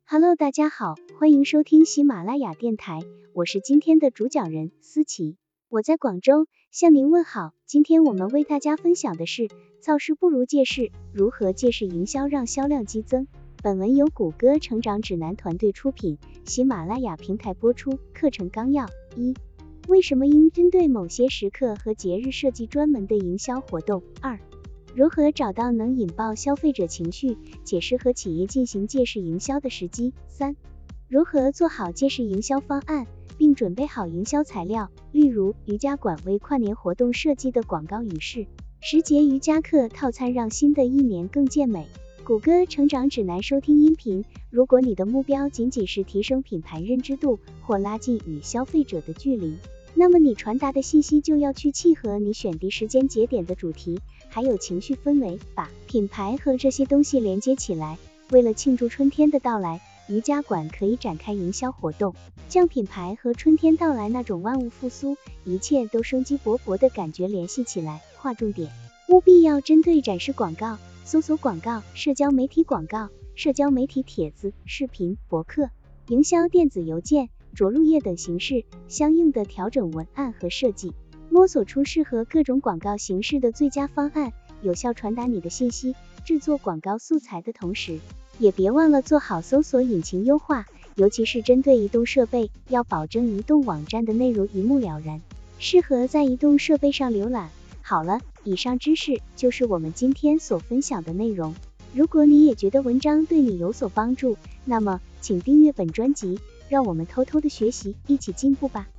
Hello， 大家好，欢迎收听喜马拉雅电台，我是今天的主讲人思琪，我在广州向您问好。今天我们为大家分享的是造势不如借势，如何借势营销让销量激增。本文由谷歌成长指南团队出品，喜马拉雅平台播出。课程纲要：一、为什么应针对某些时刻和节日设计专门的营销活动？二、如何找到能引爆消费者情绪且适合企业进行借势营销的时机？三、如何做好借势营销方案，并准备好营销材料，例如瑜伽馆为跨年活动设计的广告语是10节瑜伽课套餐，让新的一年更健美。谷歌成长指南收听音频，如果你的目标仅仅是提升品牌认知度或拉近与消费者的距离，那么你传达的信息就要去契合你选的时间节点的主题，还有情绪氛围，把品牌和这些东西连接起来。为了庆祝春天的到来，瑜伽馆可以展开营销活动，将品牌和春天到来那种万物复苏，一切都生机勃勃的感觉联系起来。划重点，务必要针对展示广告、搜索广告、社交媒体广告、社交媒体帖子、视频、博客、营销电子邮件、着陆页等形式，相应的调整文案和设计，摸索出适合各种广告形式的最佳方案，有效传达你的信息。制作广告素材的同时，也别忘了做好搜索引擎优化，尤其是针对移动设备，要保证移动网站的内容一目了然，适合在移动设备上浏览。好了，以上知识就是我们今天所分享的内容。如果你也觉得文章对你有所帮助，那么请订阅本专辑，让我们偷偷的学习，一起进步吧。